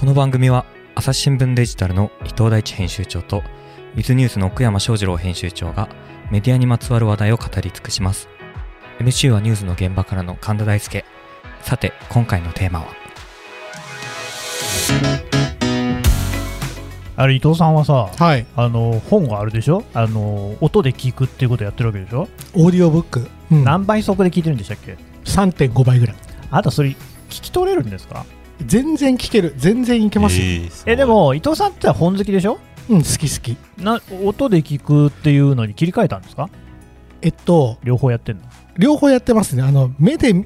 この番組は朝日新聞デジタルの伊藤大地編集長とウィズニュースの奥山翔二郎編集長がメディアにまつわる話題を語り尽くします。 MC はニュースの現場からの神田大輔。さて今回のテーマは、 あれ伊藤さんはさ、 はい、 本があるでしょ、音で聞くっていうことやってるわけでしょ。 オーディオブック、 何倍速で聞いてるんでしたっけ。 3.5 倍ぐらい。 あなたそれ聞き取れるんですか。 全然聞ける、全然いけますよ。 でも伊藤さんって本好きでしょ。 好き好き。 音で聞くっていうのに切り替えたんですか。両方やってんの。 両方やってますね。目で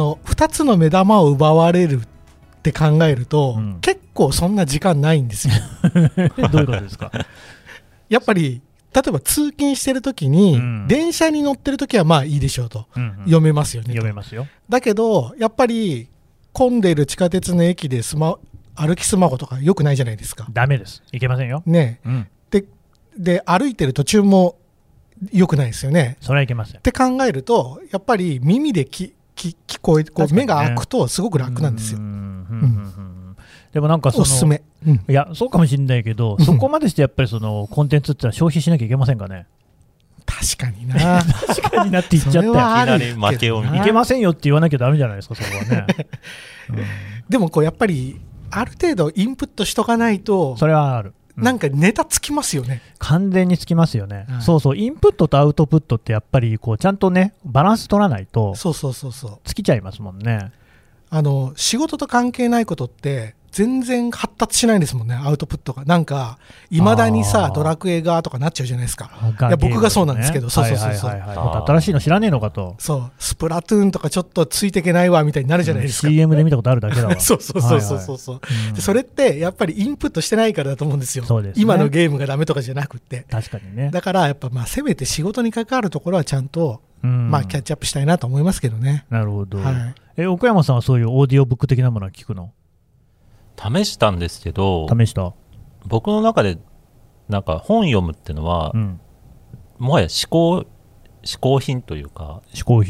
2つの目玉を奪われるって考えると、結構そんな時間ないんですよ。 どういうことですか。 やっぱり例えば通勤してるときに、電車に乗ってるときはまあいいでしょうと、読めますよね。 読めますよ。だけどやっぱり混んでいる地下鉄の駅で歩きスマホとか良くないじゃないですか。 ダメです。いけませんよ。 ね、で歩いてる途中も良くないですよね。 それはいけません。って考えるとやっぱり耳で聞こえて、目が開くとすごく楽なんですよ。 でもなんかおすすめ。 いやそうかもしれないけど、そこまでしてやっぱりそのコンテンツってのは消費しなきゃいけませんかね。 確かにな確かになって言っちゃったよ。いきなり負けをいけませんよって言わなきゃダメじゃないですか、そこはね。 でもやっぱりある程度インプットしとかないと、 それはある。 なんかネタつきますよね。 完全につきますよね。そうそう、インプットとアウトプットってやっぱりちゃんとねバランス取らないと尽きちゃいますもんね。 仕事と関係ないことって全然発達しないんですもんね、アウトプットが。なんかいまだにさドラクエがとかなっちゃうじゃないですか。いや僕がそうなんですけど、 新しいの知らねえのかと。 そう、スプラトゥーンとかちょっとついていけないわみたいになるじゃないですか。 CM で見たことあるだけだわ。 そうそれってやっぱりインプットしてないからだと思うんですよ。今のゲームがダメとかじゃなくて。 確かにね。 だからやっぱせめて仕事に関わるところはちゃんとキャッチアップしたいなと思いますけどね。 なるほど。奥山さんはそういうオーディオブック的なものは聞くの？ 試したんですけど、僕の中でなんか本読むっていうのは、もはや嗜好品というか、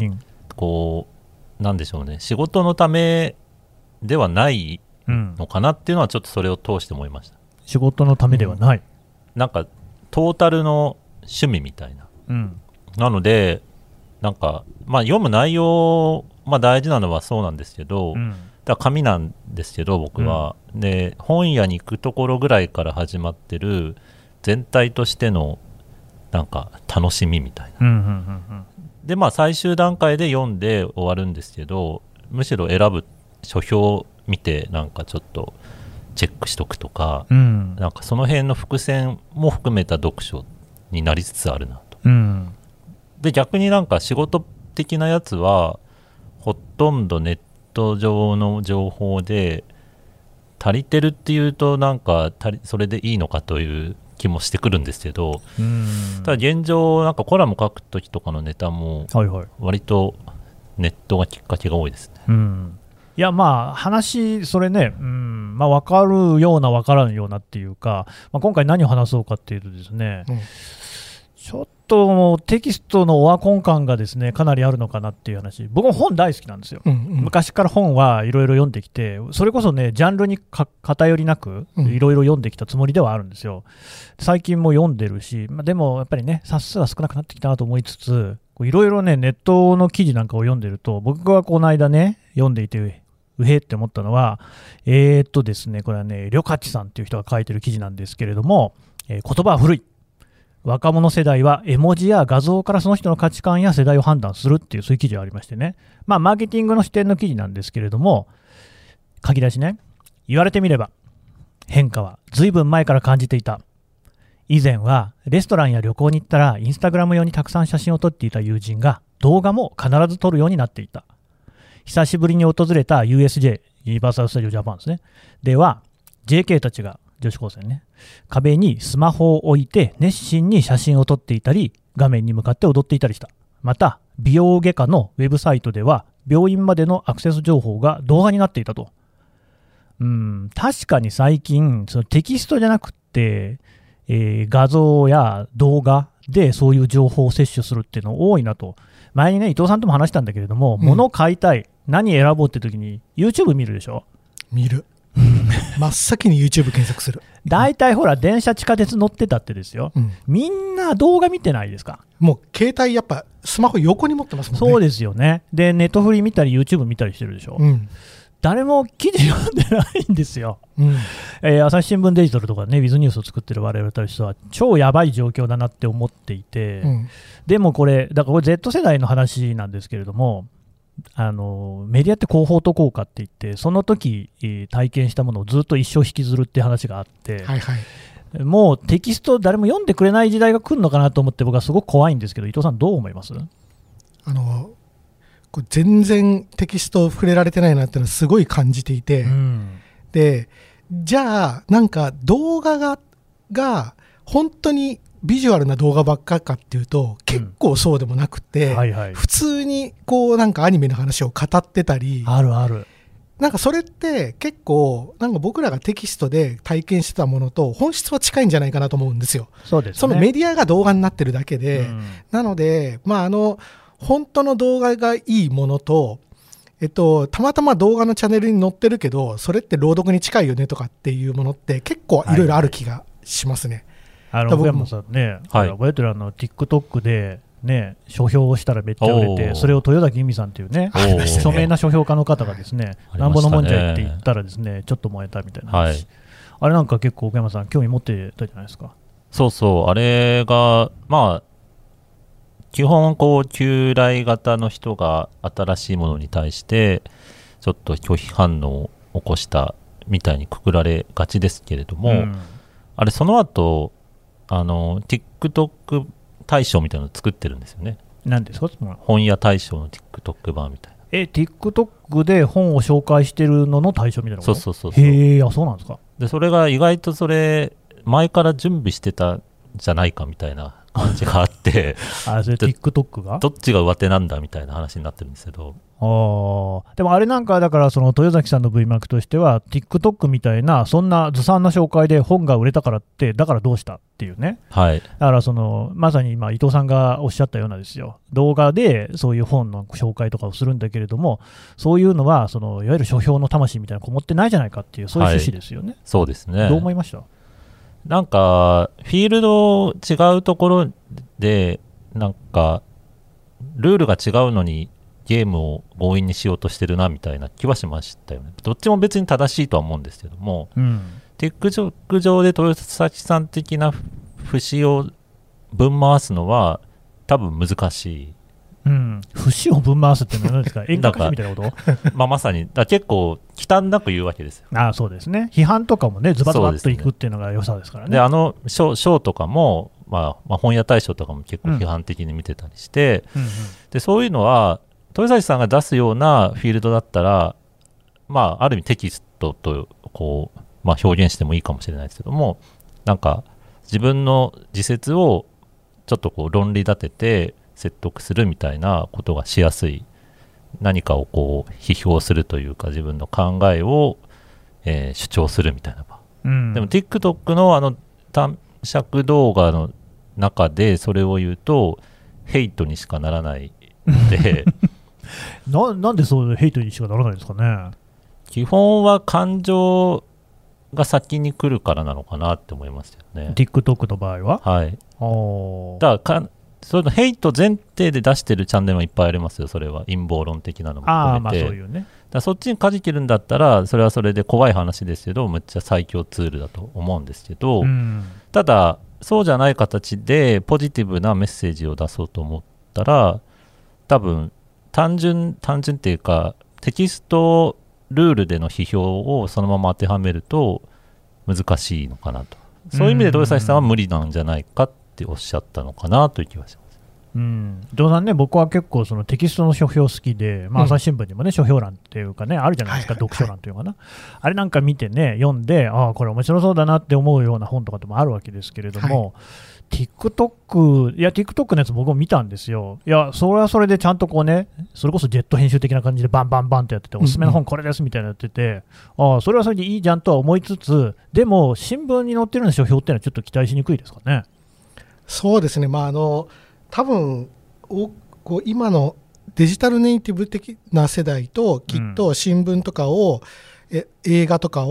なんでしょうね、仕事のためではないのかなっていうのはちょっとそれを通して思いました。 仕事のためではない、 なんかトータルの趣味みたいな、なのでなんか、読む内容、大事なのはそうなんですけど、だから紙なんですけど僕は、で本屋に行くところぐらいから始まってる全体としてのなんか楽しみみたいな、で最終段階で読んで終わるんですけど、むしろ選ぶ書評見てなんかちょっとチェックしとくとか、なんかその辺の伏線も含めた読書になりつつあるなと、で逆になんか仕事的なやつはほとんどネット上の情報で足りてるっていうとなんかそれでいいのかという気もしてくるんですけど、ただ現状なんかコラム書くときとかのネタも割とネットがきっかけが多いですね。 いや話それね、分かるような分からんようなっていうか、今回何を話そうかっていうとですね、ちょっとテキストのオワコン感がですねかなりあるのかなっていう話。僕も本大好きなんですよ、昔から本はいろいろ読んできて、それこそねジャンルに偏りなくいろいろ読んできたつもりではあるんですよ。最近も読んでるし、でもやっぱりね冊数は少なくなってきたなと思いつつ、いろいろねネットの記事なんかを読んでると、僕がこの間ね読んでいてうへって思ったのはですね、これはねりょかちさんっていう人が書いてる記事なんですけれども、言葉は古い、若者世代は絵文字や画像からその人の価値観や世代を判断するっていう、そういう記事がありましてね、マーケティングの視点の記事なんですけれども、書き出しね、言われてみれば変化はずいぶん前から感じていた。以前はレストランや旅行に行ったらインスタグラム用にたくさん写真を撮っていた友人が動画も必ず撮るようになっていた。久しぶりに訪れた USJ ユニバーサル・スタジオ・ジャパンですねでは JK たちが女子高生ね、壁にスマホを置いて熱心に写真を撮っていたり、画面に向かって踊っていたりした。また美容外科のウェブサイトでは病院までのアクセス情報が動画になっていたと。確かに最近そのテキストじゃなくて、画像や動画でそういう情報を摂取するっていうの多いなと。前にね伊藤さんとも話したんだけれども、物を買いたい、何選ぼうって時に YouTube 見るでしょ。 見る真っ先に YouTube 検索する。 大体ほら電車地下鉄乗ってたってですよ、みんな動画見てないですか。 もう携帯やっぱスマホ横に持ってますもんね。 そうですよね。でネットフリ見たり YouTube 見たりしてるでしょ、誰も記事読んでないんですよ、朝日新聞デジタルとかね、ウィズニュースを作ってる我々としては超やばい状況だなって思っていて、でもこれだからこれ Z 世代の話なんですけれども、メディアって広報と効果って言って、その時体験したものをずっと一生引きずるっていう話があって、もうテキスト誰も読んでくれない時代が来るのかなと思って、僕はすごく怖いんですけど、伊藤さんどう思います？ これ全然テキスト触れられてないなっていうのはすごい感じていて、でじゃあなんか動画が本当にビジュアルな動画ばっかかっていうと結構そうでもなくて、普通にこうなんかアニメの話を語ってたり、なんかそれって結構なんか僕らがテキストで体験してたものと本質は近いんじゃないかなと思うんですよ。 そうですね、 そのメディアが動画になってるだけで、なので本当の動画がいいものと、たまたま動画のチャンネルに載ってるけどそれって朗読に近いよねとかっていうものって結構いろいろある気がしますね。 僕山さんね、覚えてるTikTok でね、書評をしたらめっちゃ売れて、それを豊崎由美さんっていうね、著名な書評家の方がですね、なんぼのもんじゃいって言ったらですね、ちょっと燃えたみたいな話、あれなんか結構奥山さん興味持ってたじゃないですか。 そうそう、あれが基本こう旧来型の人が新しいものに対してちょっと拒否反応を起こしたみたいにくくられがちですけれども、あれその後TikTok 大賞みたいなのを作ってるんですよね。 何ですか？ 本屋大賞の TikTok 版みたいな。 TikTok で本を紹介してるのの対象みたいなこと？ そう。 へえ、そうなんですか。 でそれが意外とそれ前から準備してたんじゃないかみたいな感じがあってそれ TikTok がどっちが上手なんだみたいな話になってるんですけど、 でもあれなんかだからその豊崎さんの V マークとしては TikTok みたいなそんなずさんな紹介で本が売れたからってだからどうしたっていうね、だからそのまさに今伊藤さんがおっしゃったようなですよ、動画でそういう本の紹介とかをするんだけれども、そういうのはそのいわゆる書評の魂みたいなのこもってないじゃないかっていうそういう趣旨ですよね。 そうですね。 どう思いました？ なんかフィールド違うところでなんかルールが違うのにゲームを強引にしようとしてるなみたいな気はしましたよね。どっちも別に正しいとは思うんですけども、TikTok 上で豊崎さん的な節をぶん回すのは多分難しい。 節をぶん回すっていうのは何ですか？演歌歌手みたいなこと？ まさに結構忌憚なく言うわけですよ。 そうですね。批判とかもねズバズバっといくっていうのが良さですからね。 で賞とかも、本屋大賞とかも結構批判的に見てたりして、でそういうのは豊崎さんが出すようなフィールドだったら、ある意味テキストとこう、表現してもいいかもしれないですけども、なんか自分の自説をちょっとこう論理立てて説得するみたいなことがしやすい、何かをこう批評するというか自分の考えを、主張するみたいな場、でも TikTok の短尺動画の中でそれを言うとヘイトにしかならないのでなんでそういうヘイトにしかならないんですかね。 基本は感情が先に来るからなのかなって思いますよね。 TikTok の場合はだからそのヘイト前提で出してるチャンネルもいっぱいありますよ。それは陰謀論的なのも含めて、 そういうね、 だそっちに舵切るんだったらそれはそれで怖い話ですけどむっちゃ最強ツールだと思うんですけど、ただそうじゃない形でポジティブなメッセージを出そうと思ったら多分単純っていうかテキストルールでの批評をそのまま当てはめると難しいのかなと、そういう意味で豊崎さんは無理なんじゃないかっておっしゃったのかなという気がします。 伊藤さんね、僕は結構そのテキストの書評好きで、朝日新聞にもね書評欄っていうかねあるじゃないですか、読書欄というかな、あれなんか見てね読んでこれ面白そうだなって思うような本とかでもあるわけですけれども、TikTok のやつ僕も見たんですよ。それはそれでちゃんとこうね、それこそジェット編集的な感じでバンバンバンってやってて、おすすめの本これですみたいなやってて、それはそれでいいじゃんとは思いつつ、でも新聞に載ってるような書評っていうのはちょっと期待しにくいですかね。 そうですね、多分今のデジタルネイティブ的な世代ときっと新聞とかを、映画とかを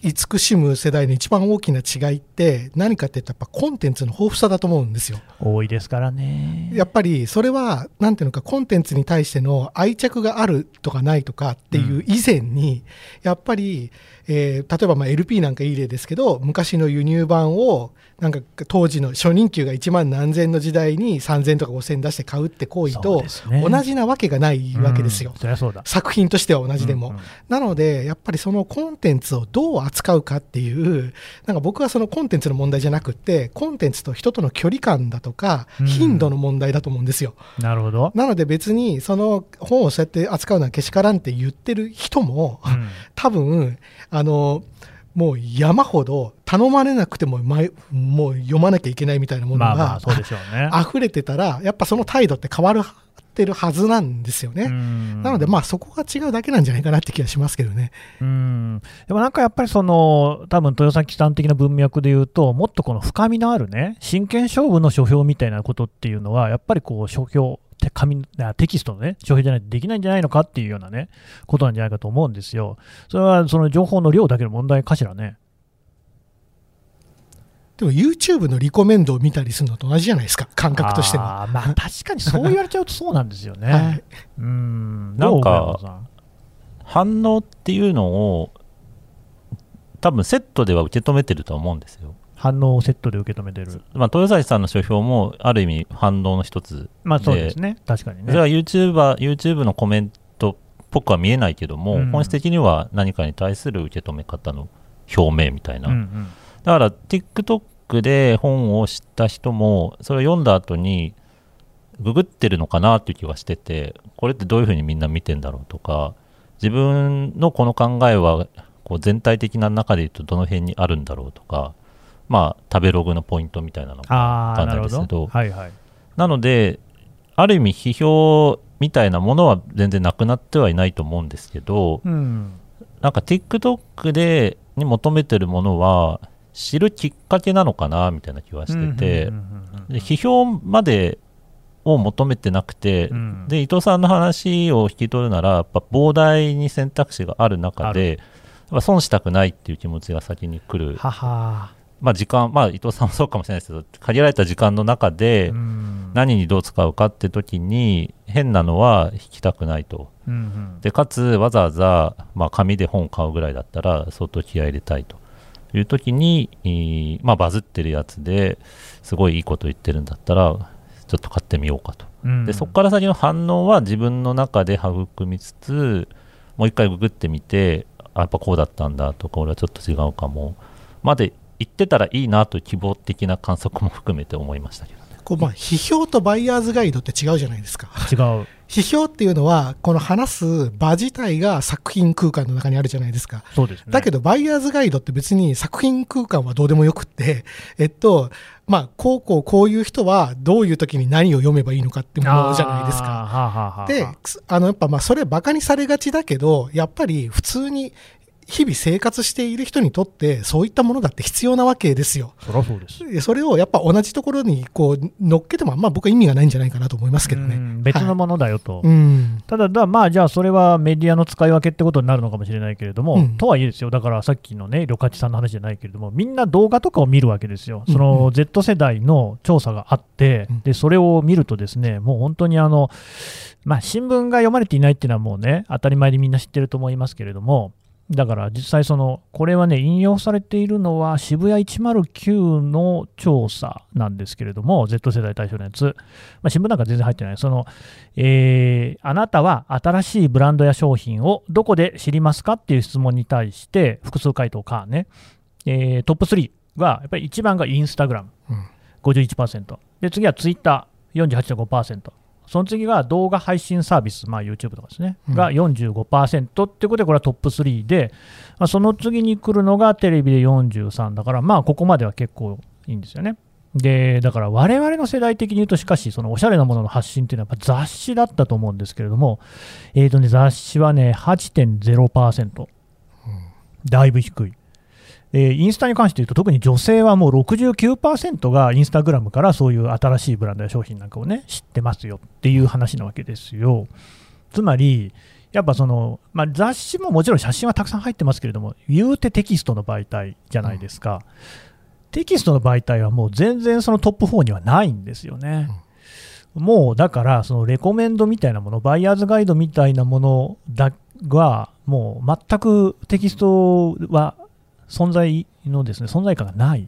慈しむ世代の一番大きな違いって何かって言ったらやっぱコンテンツの豊富さだと思うんですよ。 多いですからね。 やっぱりそれはなんていうのか、コンテンツに対しての愛着があるとかないとかっていう以前に、やっぱり、例えばまあ LP なんかいい例ですけど、昔の輸入版をなんか当時の初任給が1万何千の時代に3000とか5000出して買うって行為と同じなわけがないわけですよ。 そりゃそうだ。 作品としては同じでも、なのでやっぱりそのコンテンツをどう扱うかっていう、なんか僕はそのコンテンツの問題じゃなくってコンテンツと人との距離感だとか頻度の問題だと思うんですよ。 なるほど。 なので別にその本をそうやって扱うのはけしからんって言ってる人も、多分もう山ほど頼まれなくてももう読まなきゃいけないみたいなものが溢れてたら、やっぱその態度って変わってるはずなんですよね。なのでまあそこが違うだけなんじゃないかなって気がしますけどね。 でもなんかやっぱり多分豊崎さん的な文脈で言うと、もっとこの深みのあるね、真剣勝負の書評みたいなことっていうのはやっぱりこう書評テキストのね、書評じゃないとできないんじゃないのかっていうようなね、ことなんじゃないかと思うんですよ。それはその情報の量だけの問題かしらね。 でも YouTube のリコメンドを見たりするのと同じじゃないですか、感覚としても。 まあ確かにそう言われちゃうとそうなんですよね。はい、 なんか反応っていうのを多分セットでは受け止めてると思うんですよ。 反応をセットで受け止めてる。 豊崎さんの書評もある意味反応の一つで、 そうですね、確かにね。 それは YouTube のコメントっぽくは見えないけども、本質的には何かに対する受け止め方の表明みたいな、だから TikTok で本を知った人もそれを読んだ後にググってるのかなっていう気はしてて、これってどういうふうにみんな見てんだろうとか、自分のこの考えはこう全体的な中で言うとどの辺にあるんだろうとか、食べログのポイントみたいなのがあったんですけど、なのである意味批評みたいなものは全然なくなってはいないと思うんですけど、なんか TikTok に求めてるものは知るきっかけなのかなみたいな気はしてて、批評までを求めてなくて、で伊藤さんの話を引き取るならやっぱ膨大に選択肢がある中でやっぱ損したくないっていう気持ちが先に来る。時間、伊藤さんもそうかもしれないですけど、限られた時間の中で何にどう使うかって時に変なのは引きたくないと、でかつわざわざ、紙で本を買うぐらいだったら相当気合い入れたいという時に、バズってるやつですごいいいこと言ってるんだったらちょっと買ってみようかと、でそこから先の反応は自分の中で育みつつ、もう一回ググってみて、やっぱこうだったんだとか、俺はちょっと違うかもまで言ってたらいいなという希望的な観測も含めて思いましたけどね。 批評とバイヤーズガイドって違うじゃないですか。 違う。 批評っていうのはこの話す場自体が作品空間の中にあるじゃないですか。 そうですね。 だけどバイヤーズガイドって別に作品空間はどうでもよくってこういう人はどういう時に何を読めばいいのかってものじゃないですか。でやっぱそれバカにされがちだけど、やっぱり普通に日々生活している人にとってそういったものだって必要なわけですよ。 そりゃそうです。 それをやっぱ同じところにこう乗っけても僕は意味がないんじゃないかなと思いますけどね。 別のものだよと、ただじゃあそれはメディアの使い分けってことになるのかもしれないけれども、とはいえですよ、だからさっきのね旅客さんの話じゃないけれども、みんな動画とかを見るわけですよ。その Z 世代の調査があって、でそれを見るとですね、もう本当に新聞が読まれていないっていうのはもうね当たり前でみんな知ってると思いますけれども、だから実際これはね引用されているのは渋谷109の調査なんですけれども、 Z 世代対象のやつ、新聞なんか全然入ってない。あなたは新しいブランドや商品をどこで知りますかっていう質問に対して複数回答かね、トップ3がやっぱり1番がインスタグラム 51%、で次はツイッター 48.5%、その次が動画配信サービス、YouTube とかですね、が 45% っていうことで、これはトップ3で、その次に来るのがテレビで43だから、ここまでは結構いいんですよね。でだから我々の世代的に言うと、しかしそのおしゃれなものの発信っていうのはやっぱ雑誌だったと思うんですけれども、雑誌はね 8.0%、だいぶ低い。インスタに関して言うと、特に女性はもう 69% がインスタグラムからそういう新しいブランドや商品なんかをね知ってますよっていう話なわけですよ。つまりやっぱその、雑誌ももちろん写真はたくさん入ってますけれども、言うてテキストの媒体じゃないですか、テキストの媒体はもう全然そのトップ4にはないんですよね。もうだからそのレコメンドみたいなもの、バイヤーズガイドみたいなものだがもう全くテキストは存在感がない。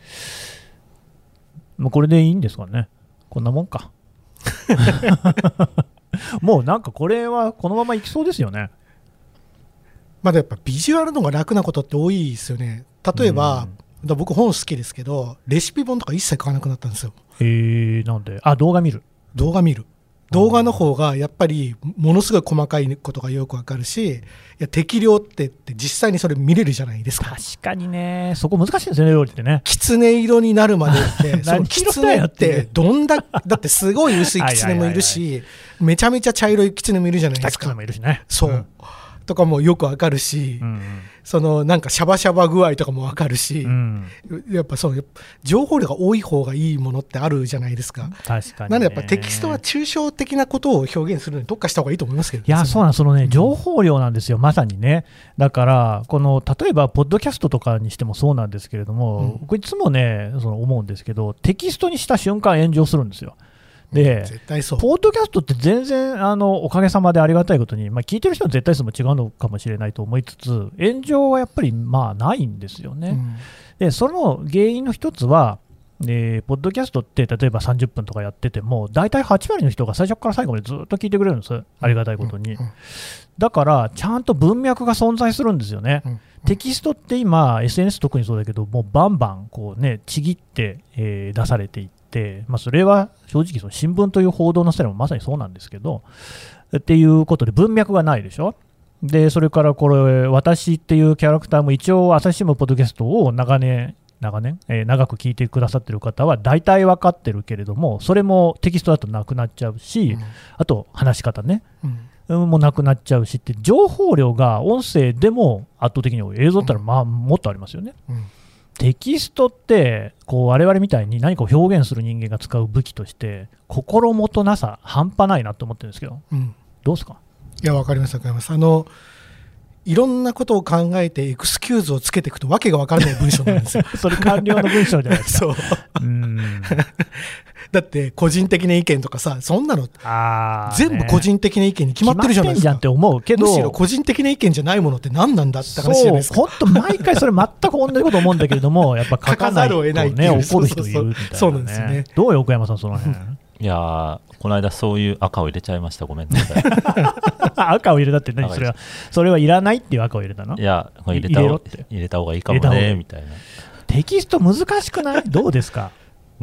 もうこれでいいんですかね。こんなもんか。もうなんかこれはこのままいきそうですよね。 まだやっぱビジュアルの方が楽なことって多いですよね。例えば、僕本好きですけどレシピ本とか一切買わなくなったんですよ。 なんで動画見る動画の方がやっぱりものすごい細かいことがよくわかるし、いや適量って実際にそれ見れるじゃないですか。 確かにね、そこ難しいんですよね、料理ってね。 きつね色になるまでってそのきつねってだってすごい薄いきつねもいるしめちゃめちゃ茶色いきつねもいるじゃないですか。 もいるしね。 そう、とかもよくわかるし、そのなんかシャバシャバ具合とかもわかるし、やっぱその情報量が多い方がいいものってあるじゃないですか。 確かに、ね、 なのでやっぱテキストは抽象的なことを表現するのに特化した方がいいと思いますけど、ね、 いやそうなんそのね、情報量なんですよ、まさにね。だからこの例えばポッドキャストとかにしてもそうなんですけれども、僕いつもねその思うんですけど、テキストにした瞬間炎上するんですよ。で絶対そう。 ポッドキャストって全然おかげさまでありがたいことに、聞いてる人の絶対数も違うのかもしれないと思いつつ、炎上はやっぱりないんですよね。でその原因の一つは、ポッドキャストって例えば30分とかやってても大体8割の人が最初から最後までずっと聞いてくれるんです、ありがたいことに。だからちゃんと文脈が存在するんですよね。テキストって今 SNS 特にそうだけどもうバンバンこう、ね、ちぎって、出されていって、それは正直その新聞という報道のスタイルもまさにそうなんですけどっていうことで文脈がないでしょ。でそれからこれ私っていうキャラクターも一応朝日新聞ポッドキャストを長く聞いてくださってる方は大体分かってるけれども、それもテキストだとなくなっちゃうし、あと話し方ね、もなくなっちゃうしって、情報量が音声でも圧倒的に多い。映像だったらもっとありますよね。テキストってこう我々みたいに何かを表現する人間が使う武器として心もとなさ半端ないなと思ってるんですけど、どうですか。 いや分かります分かります。いろんなことを考えてエクスキューズをつけていくとわけが分からない文章なんですよ。 それ官僚の文章じゃないですか。 だって個人的な意見とかさ、そんなの全部個人的な意見に決まってるじゃないですか。 って思うけど、 むしろ個人的な意見じゃないものって何なんだって話じゃないですか。 本当毎回それ全く同じこと思うんだけれどもやっぱ書かないとね怒る人いるみたいなね。 そうなんですよね。 どうよ奥山さんその辺。 いやこの間そういう赤を入れちゃいました。ごめんなさい。 赤を入れたって何それはいらないっていう赤を入れたの。 いや入れた方がいいかもねみたいな。 テキスト難しくない？どうですか。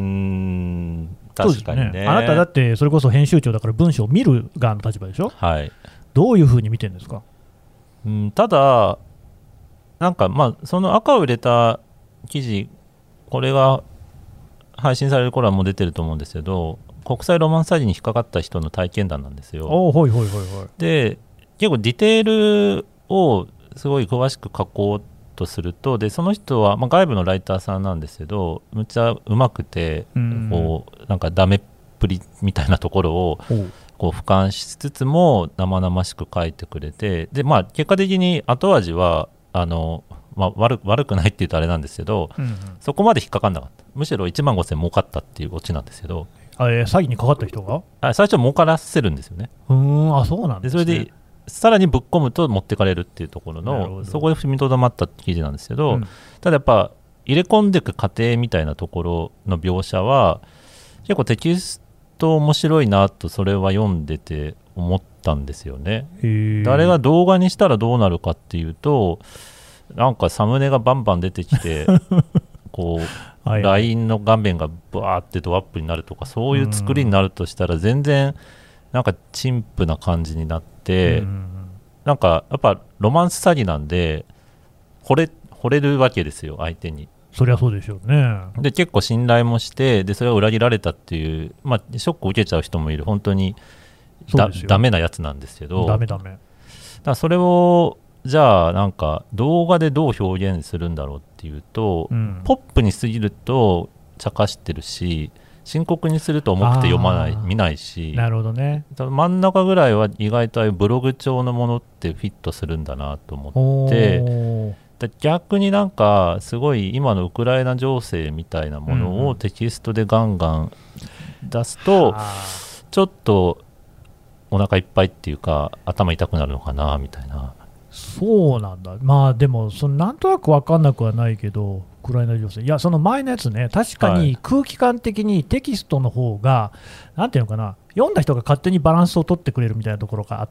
確かにね。 あなただってそれこそ編集長だから文章を見る側の立場でしょ。 はい。 どういうふうに見てるんですか。 ただなんかその赤を入れた記事、これが配信される頃はもう出てると思うんですけど、国際ロマンス詐欺に引っかかった人の体験談なんですよ。で結構ディテールをすごい詳しく書こうとすると、でその人は、外部のライターさんなんですけどむっちゃうまくて、こうなんかダメっぷりみたいなところをこう俯瞰しつつも生々しく書いてくれて、で結果的に後味は悪くないって言うとあれなんですけど、そこまで引っかかんなかった。むしろ1万5000儲かったっていうオチなんですけど、 詐欺にかかった人が最初儲からせるんですよね。 そうなんですね。 でそれでさらにぶっ込むと持ってかれるっていうところの、そこで踏みとどまった記事なんですけど、ただやっぱ入れ込んでいく過程みたいなところの描写は結構テキスト面白いなと、それは読んでて思ったんですよね。誰が動画にしたらどうなるかっていうと、なんかサムネがバンバン出てきてこうLINE の画面がバーってドアップになるとか、そういう作りになるとしたら全然なんか陳腐な感じになって、なんかやっぱロマンス詐欺なんで惚れるわけですよ、相手に。 そりゃそうでしょうね。 で結構信頼もして、でそれが裏切られたっていう、ショックを受けちゃう人もいる、本当にダメなやつなんですけど、 ダメだからそれをじゃあなんか動画でどう表現するんだろうっていうと、ポップに過ぎると茶化してるし、 深刻にすると重くて読まない見ないし、 なるほどね。 真ん中ぐらいは意外とブログ調のものってフィットするんだなと思って、逆になんかすごい今のウクライナ情勢みたいなものをテキストでガンガン出すと、ちょっとお腹いっぱいっていうか頭痛くなるのかなみたいな。 そうなんだ。まあでもなんとなく分かんなくはないけど、ウクライナ情勢、いやその前のやつね、確かに空気感的にテキストの方が、なんていうのかな、読んだ人が勝手にバランスを取ってくれるみたいなところがあって、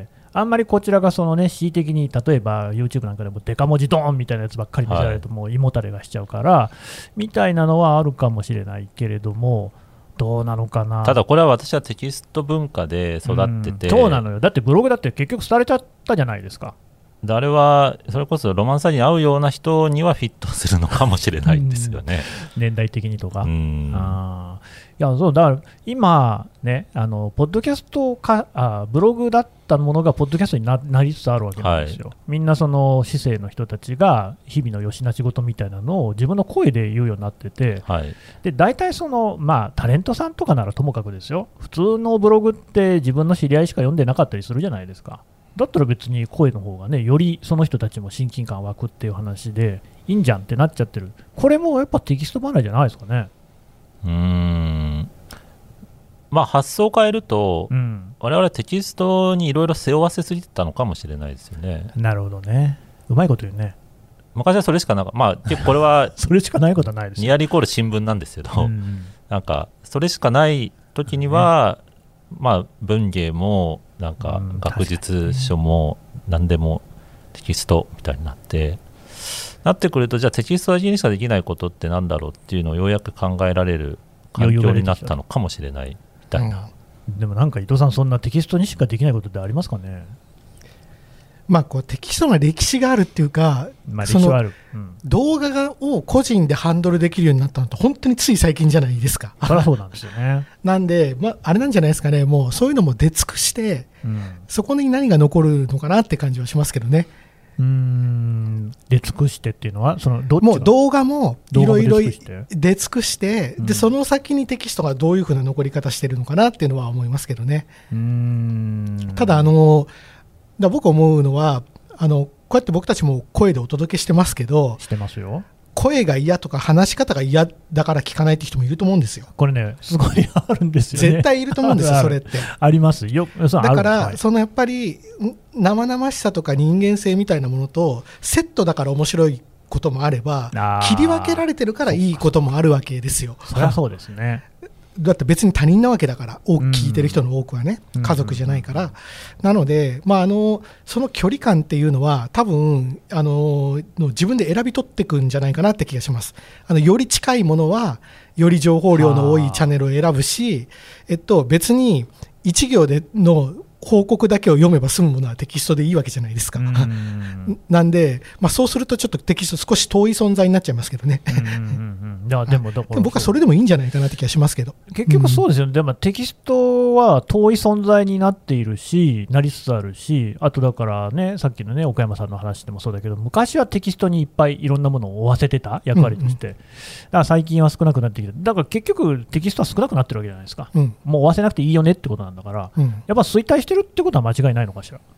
あんまりこちらが恣意的に、例えば YouTube なんかでもデカ文字ドーンみたいなやつばっかり見せられるともう胃もたれがしちゃうから、みたいなのはあるかもしれないけれども、どうなのかな。 ただこれは私はテキスト文化で育ってて、 そうなのよ。だってブログだって結局廃れちゃったじゃないですか。 あれはそれこそロマンサーに合うような人にはフィットするのかもしれないんですよね。 年代的にとか。いやそうだから今ね、ポッドキャストブログだったものがポッドキャストに なりつつあるわけなんですよ。みんなその市政の人たちが日々のよしな仕事みたいなのを自分の声で言うようになってて、で大体タレントさんとかならともかくですよ、普通のブログって自分の知り合いしか読んでなかったりするじゃないですか。だったら別に声の方がね、よりその人たちも親近感湧くっていう話でいいんじゃんってなっちゃってる。これもやっぱテキスト離れじゃないですかね。 発想を変えると、我々はテキストにいろいろ背負わせすぎてたのかもしれないですよね。 なるほどね。うまいこと言うね。 昔はそれしかなかった。これはそれしかないことはないですよ。 ニアリーイコール新聞なんですけど、なんかそれしかない時には、文芸もなんか学術書も何でもテキストみたいになってくると、じゃあテキストだけにしかできないことってなんだろうっていうのをようやく考えられる環境になったのかもしれないみたいな。 でもなんか伊藤さん、そんなテキストにしかできないことってありますかね。 テキストの歴史があるっていうか、 歴史はある、 動画を個人でハンドルできるようになったのって本当につい最近じゃないですか。 そりゃそうなんですよね。 なんで、あれなんじゃないですかね、もうそういうのも出尽くして、そこに何が残るのかなって感じはしますけどね。 出尽くしてっていうのはもう動画もいろいろ出尽くして、でその先にテキストがどういうふうな残り方してるのかなっていうのは思いますけどね。ただ僕思うのはこうやって僕たちも声でお届けしてますけど、 してますよ。 声が嫌とか話し方が嫌だから聞かないって人もいると思うんですよ。 これね、すごいあるんですよね。 絶対いると思うんですよそれって。 ありますよ。 だからやっぱり生々しさとか人間性みたいなものとセットだから面白いこともあれば、切り分けられてるからいいこともあるわけですよ。 そりゃそうですね。 だって別に他人なわけだから、聞いてる人の多くはね、家族じゃないから、なので、その距離感っていうのは多分自分で選び取っていくんじゃないかなって気がします。より近いものはより情報量の多いチャンネルを選ぶし、別に1行での報告だけを読めば済むものはテキストでいいわけじゃないですか。なんで、そうするとちょっとテキスト少し遠い存在になっちゃいますけどね。でも僕はそれでもいいんじゃないかなって気がしますけど。 結局そうですよね。でもテキストは遠い存在になっているし、なりつつあるし、あとだからね、さっきのね岡山さんの話でもそうだけど、昔はテキストにいっぱいいろんなものを負わせてた役割として、だから最近は少なくなってきて、だから結局テキストは少なくなってるわけじゃないですか。もう負わせなくていいよねってことなんだから、やっぱ衰退してるってことは間違いないのかしら。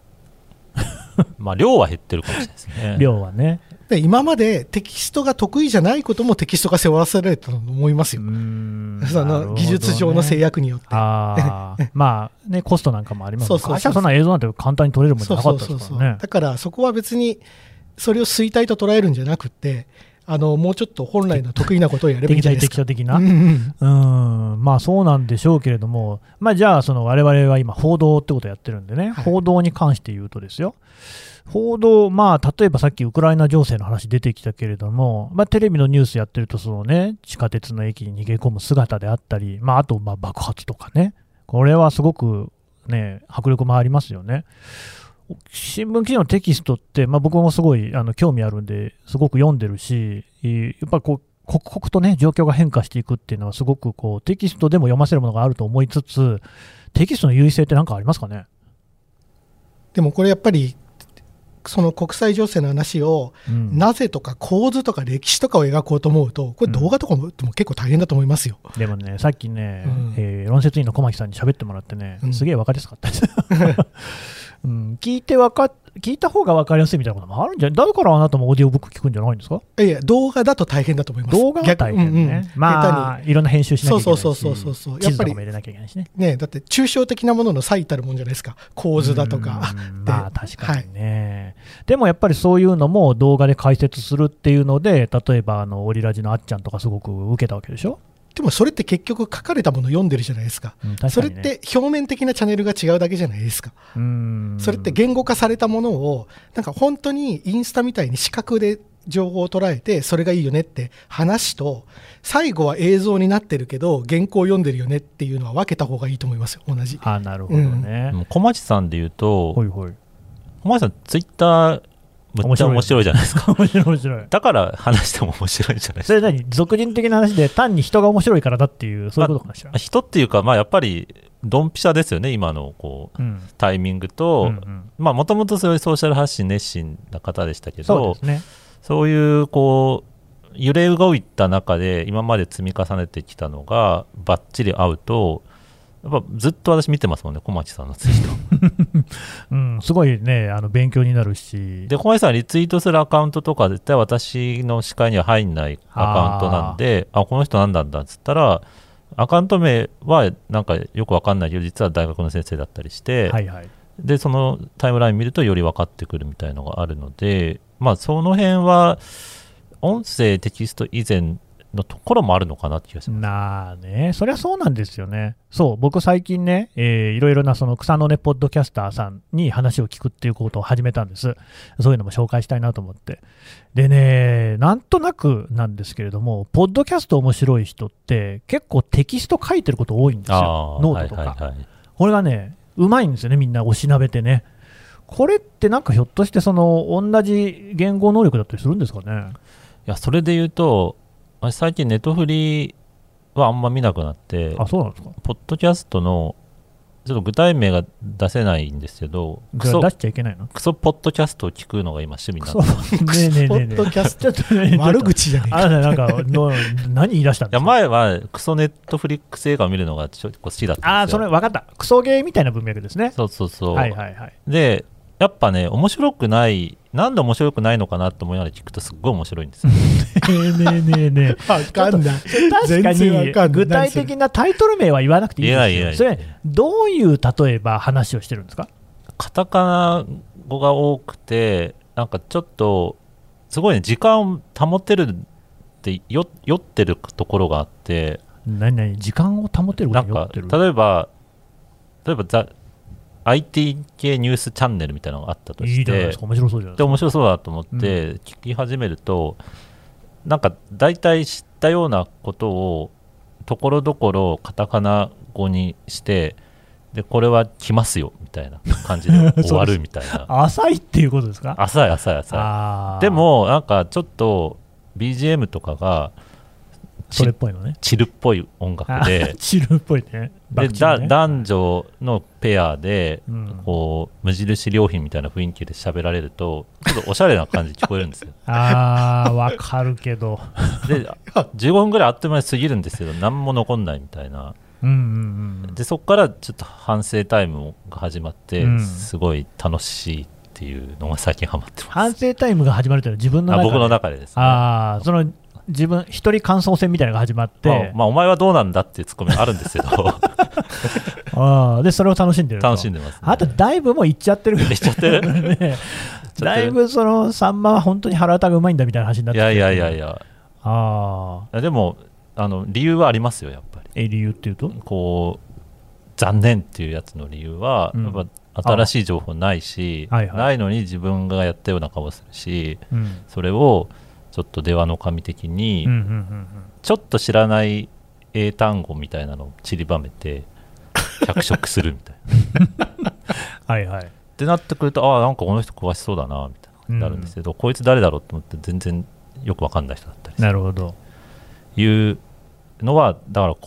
量は減ってるかもしれないですね。 量はね。 で今までテキストが得意じゃないこともテキストが背負わせられたと思いますよ。技術上の制約によって。 コストなんかもありますから、そんな映像なんて簡単に撮れるものじゃなかったですからね。 だからそこは別にそれを衰退と捉えるんじゃなくて、もうちょっと本来の得意なことをやればいいんじゃないですか。 適的な、そうなんでしょうけれども、じゃあ我々は今報道ってことをやってるんでね、報道に関して言うとですよ、報道、例えばさっきウクライナ情勢の話出てきたけれども、テレビのニュースやってると地下鉄の駅に逃げ込む姿であったり、あと爆発とかね、これはすごくね迫力もありますよね。新聞記事のテキストって、僕もすごい興味あるんですごく読んでるし、やっぱ刻々とね状況が変化していくっていうのはすごくテキストでも読ませるものがあると思いつつ、テキストの優位性って何かありますかね。 でもこれやっぱりその国際情勢の話を、なぜとか構図とか歴史とかを描こうと思うと、これ動画とかも結構大変だと思いますよ。 でもね、さっきね、論説委員の小牧さんに喋ってもらってね、すげえ分かりやすかったです。聞いた方が分かりやすいみたいなこともあるんじゃない？だからあなたもオーディオブック聞くんじゃないんですか？ いや、動画だと大変だと思います。 動画は大変ね。まあいろんな編集しなきゃいけないし、 そう地図とかも入れなきゃいけないしね。 だって抽象的なものの最たるもんじゃないですか、構図だとか。 まあ確かにね、でもやっぱりそういうのも動画で解説するっていうので、例えばオリラジのあっちゃんとかすごく受けたわけでしょ。 でもそれって結局書かれたものを読んでるじゃないですか、それって表面的なチャンネルが違うだけじゃないですか。それって言語化されたものをなんか本当にインスタみたいに視覚で情報を捉えてそれがいいよねって話と、最後は映像になってるけど原稿を読んでるよねっていうのは分けた方がいいと思いますよ、同じ。 なるほどね。 小町さんでいうと、 ほいほい、 小町さんツイッターむっちゃ面白いじゃないですか。 面白い。 だから話しても面白いじゃないですか。 それ何、俗人的な話で単に人が面白いからだっていう、そういうことかしら。 人っていうか、やっぱりドンピシャですよね、今のタイミングと、もともとそういうソーシャル発信熱心な方でしたけど、そういう揺れ動いた中で今まで積み重ねてきたのがバッチリ合うと、やっぱずっと私見てますもんね、小町さんのツイート。すごいね、勉強になるし。 で、小町さんリツイートするアカウントとか絶対私の視界には入んないアカウントなんで、この人なんだっつったら、アカウント名はなんかよくわかんないけど実は大学の先生だったりして、でそのタイムライン見るとより分かってくるみたいのがあるので、その辺は音声テキスト以前のところもあるのかなって気がします。 そりゃそうなんですよね。そう、僕最近ね、いろいろなその草の根ポッドキャスターさんに話を聞くっていうことを始めたんです。そういうのも紹介したいなと思って。でね、なんとなくなんですけれども、ポッドキャスト面白い人って結構テキスト書いてること多いんですよ。ノートとか。これがね、うまいんですよね、みんなおしなべてね。これってなんかひょっとしてその同じ言語能力だったりするんですかね。 いや、それで言うと、最近ネットフリはあんま見なくなって、 そうなんですか。 ポッドキャストのちょっと具体名が出せないんですけど、 出しちゃいけないの？ クソポッドキャストを聞くのが今趣味なんですポッドキャストちょっと悪口じゃないか。 なんか何言い出したんですか？ 前はクソネットフリックス映画を見るのがちょっと好きだったんですよ。 それ分かった。クソゲーみたいな文脈ですね。 そう。でやっぱね、面白くない、なんで面白くないのかなと思いながら聞くとすっごい面白いんですよ。 ねえ分かんない。 確かに具体的なタイトル名は言わなくていいですよ。それどういう例えば話をしてるんですか？ カタカナ語が多くて、なんかちょっとすごいね、時間を保てるって酔ってるところがあって。 時間を保てることに酔ってる？ 例えばIT 系ニュースチャンネルみたいなのがあったとして、 いいじゃないですか、面白そうじゃないですか。 面白そうだと思って聞き始めると、なんか大体知ったようなことをところどころカタカナ語にして、でこれは来ますよみたいな感じで終わるみたいな。 浅いっていうことですか？ 浅い。でもなんかちょっと BGM とかがそれっぽいのね、 チルっぽい音楽でチルっぽいね。 で男女のペアで、無印良品みたいな雰囲気で喋られるとちょっとおしゃれな感じ聞こえるんですよ。 わかるけどで15分ぐらいあっという間に過ぎるんですけど何も残んないみたいな。でそこからちょっと反省タイムが始まって、すごい楽しいっていうのが最近ハマってます。 反省タイムが始まるというのは自分の中で？ 僕の中でですね。 その自分一人感想戦みたいなのが始まって、 お前はどうなんだっていうツッコミがあるんですけどでそれを楽しんでると。 楽しんでます、ね、 あとだいぶもういっちゃってるね、 だいぶそのサンマは本当に腹歌がうまいんだみたいな話になってる。 いやでも理由はありますよ、やっぱり。 理由っていうと残念っていうやつの理由は、やっぱ新しい情報ないし、ないのに自分がやったような顔するし、それをちょっと出羽の神的にちょっと知らない英単語みたいなのを散りばめて脚色するみたいなってなってくると、なんかこの人詳しそうだなみたいななるんですけど、こいつ誰だろうと思って全然よく分かんない人だったりする。 なるほど。 いうのはだから小町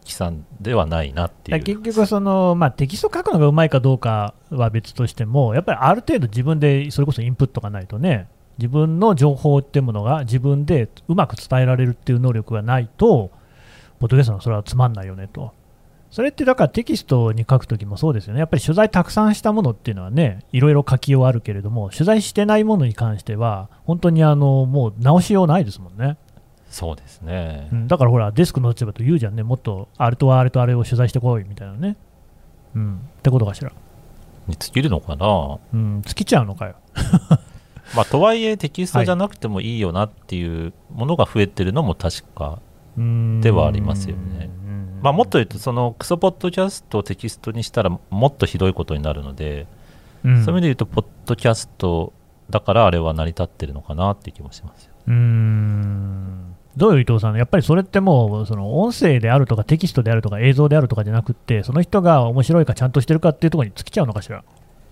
木さんではないなっていう。 結局テキスト書くのがうまいかどうかは別としても、やっぱりある程度自分でそれこそインプットがないとね、自分の情報っていうものが自分でうまく伝えられるっていう能力がないと、ポッドキャストのそれはつまんないよねと。それってだからテキストに書くときもそうですよね。やっぱり取材たくさんしたものっていうのはね、いろいろ書きようあるけれども、取材してないものに関しては本当にもう直しようないですもんね。 そうですね、 だからほらデスクの立場と言うじゃんね、もっとあれとあれとあれを取材してこいみたいなね、ってことかしら。 に尽きるのかな。 尽きちゃうのかよ。 とはいえテキストじゃなくてもいいよなっていうものが増えてるのも確かではありますよね。もっと言うとそのクソポッドキャストをテキストにしたらもっとひどいことになるので、そういう意味で言うとポッドキャストだからあれは成り立ってるのかなっていう気もしますよ。 どういう伊藤さん、やっぱりそれってもうその音声であるとかテキストであるとか映像であるとかじゃなくって、その人が面白いかちゃんとしてるかっていうところに尽きちゃうのかしら。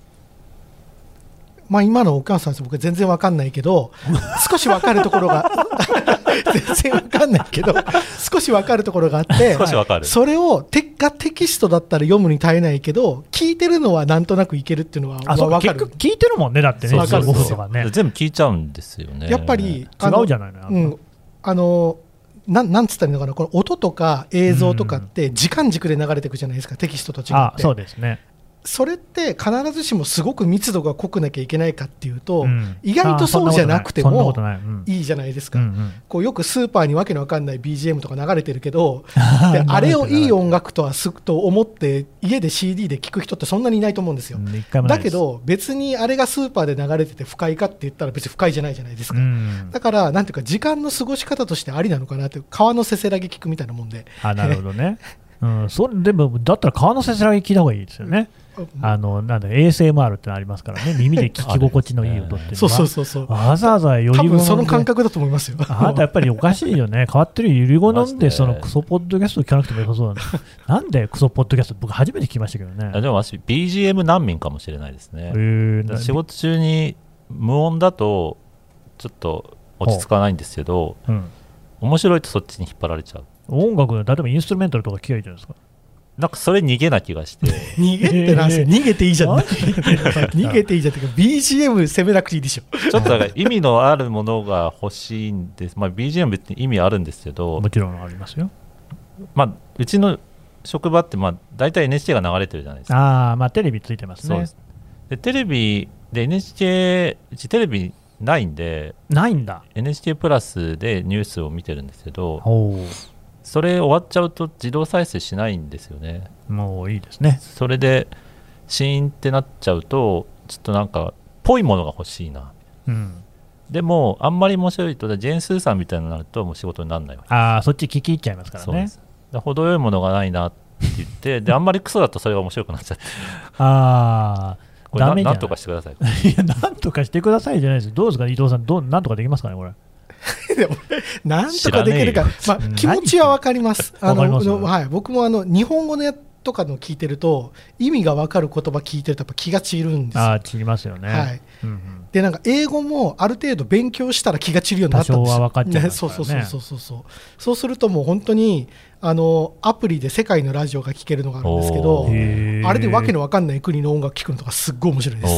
今の岡野さん僕全然わかんないけど少しわかるところが全然わかんないけど少しわかるところがあって少しわかる。 それをテキストだったら読むに耐えないけど聞いてるのはなんとなくいけるっていうのはわかる。 結局聞いてるもんね、だってね、 5 分とかね全部聞いちゃうんですよね。 やっぱり違うじゃないの、 なんつったらいいのかな、これ音とか映像とかって時間軸で流れていくじゃないですか、テキストと違って。 そうですね。 それって必ずしもすごく密度が濃くなきゃいけないかっていうと、意外とそうじゃなくてもいいじゃないですか。こうよくスーパーにわけのわかんない BGM とか流れてるけどであれをいい音楽とはと思って家で CD で聴く人ってそんなにいないと思うんですよ。だけど別にあれがスーパーで流れてて不快かって言ったら別に不快じゃないじゃないですか。だからなんていうか時間の過ごし方としてありなのかなって、川のせせらぎ聞くみたいなもんで。 なるほどね。でもだったら川のせせらぎ聞いた方がいいですよね。ASMR ってのありますからね、耳で聞き心地のいい音っていうのはそうわざわざ余裕多分その感覚だと思いますよ。 あなたやっぱりおかしいよね。変わってる遺言飲んでそのクソポッドキャスト聞かなくてもよさそうなんでなんでクソポッドキャスト僕初めて聞きましたけどね。 でも私 BGM 難民かもしれないですね。仕事中に無音だとちょっと落ち着かないんですけど、面白いとそっちに引っ張られちゃう。 音楽例えばインストゥルメンタルとか聞けばいいじゃないですか。 なんかそれ逃げな気がして逃げってなんですよ。逃げていいじゃん逃げていいじゃんっていうか BGM 攻めなくていいでしょ。 ちょっとだから意味のあるものが欲しいんです。BGM 別に意味あるんですけど、 もちろんありますよ。 うちの職場って大体 NHK が流れてるじゃないですか。 テレビついてますね。 そうです。でテレビで NHK うちテレビないんで、 ないんだ。 NHK プラスでニュースを見てるんですけど、それ終わっちゃうと自動再生しないんですよね。 もういいですね。 それでシーンってなっちゃうとちょっとなんかぽいものが欲しいな、でもあんまり面白いとジェーン・スーさんみたいになるともう仕事にならないわけです。 そっち聞き入っちゃいますからね。 そうです。程よいものがないなって言ってであんまりクソだとそれが面白くなっちゃってこれダメじゃん。なんとかしてください。 いやなんとかしてくださいじゃないです。どうですか伊藤さん、なんとかできますかねこれ。 でもなんとかできるか、気持ちは分かります。僕も日本語のやとかの聞いてると意味が分かる言葉聞いてるとやっぱ気が散るんですよ。 散りますよね。 でなんか英語もある程度勉強したら気が散るようになったんですよ。 多少は分かっちゃいますからね。 そうするともう本当にアプリで世界のラジオが聞けるのがあるんですけど、あれでわけの分かんない国の音楽聞くのとかすっごい面白いです。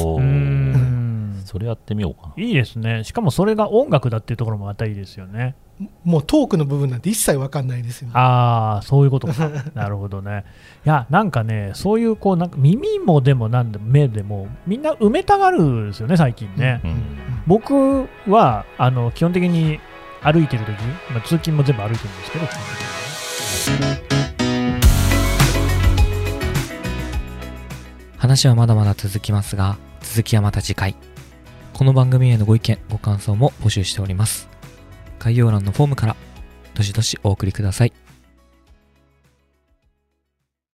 それやってみようかな。 いいですね。しかもそれが音楽だっていうところもまたいいですよね。 もうトークの部分なんて一切分かんないですよね。 そういうことかなるほどね。いやなんかね、そういうなんか耳もでも目でもみんな埋めたがるんですよね最近ね。僕は基本的に歩いてる時、通勤も全部歩いてるんですけど、 話はまだまだ続きますが、続きはまた次回。この番組へのご意見ご感想も募集しております。概要欄のフォームからどしどしお送りください。